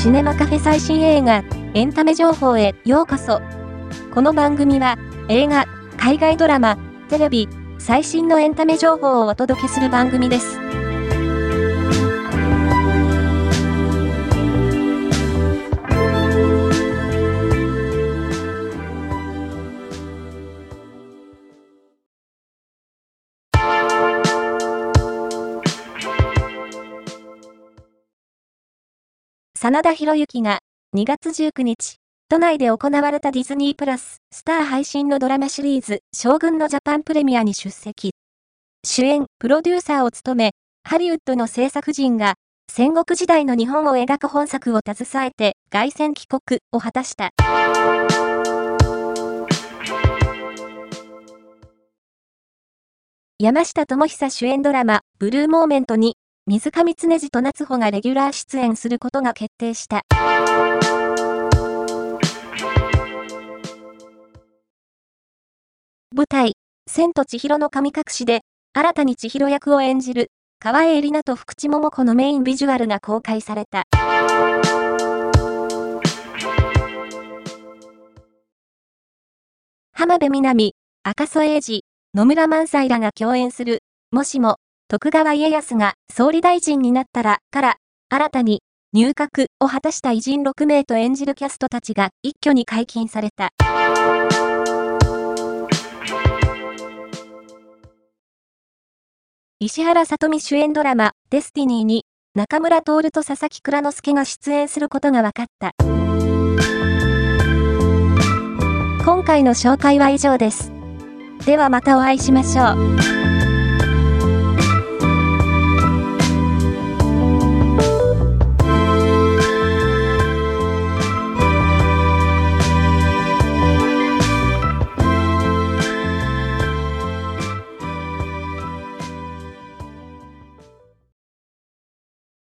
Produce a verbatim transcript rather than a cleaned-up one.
シネマカフェ最新映画、エンタメ情報へようこそ。この番組は、映画、海外ドラマ、テレビ、最新のエンタメ情報をお届けする番組です。真田広之がにがつじゅうくにち、都内で行われたディズニープラススター配信のドラマシリーズ将軍のジャパンプレミアに出席。主演、プロデューサーを務め、ハリウッドの制作陣が戦国時代の日本を描く本作を携えて凱旋帰国を果たした。山下智久主演ドラマブルーモーメントに水上恒司と夏穂がレギュラー出演することが決定した。舞台、千と千尋の神隠しで、新たに千尋役を演じる、川栄李奈と福地桃子のメインビジュアルが公開された。浜辺美波、赤楚衛二、野村萬斎らが共演する、もしも、徳川家康が総理大臣になったら、から、新たに入閣を果たした偉人ろくめいと演じるキャストたちが一挙に解禁された。石原さとみ主演ドラマ、デスティニーに、中村徹と佐々木蔵之介が出演することが分かった。今回の紹介は以上です。ではまたお会いしましょう。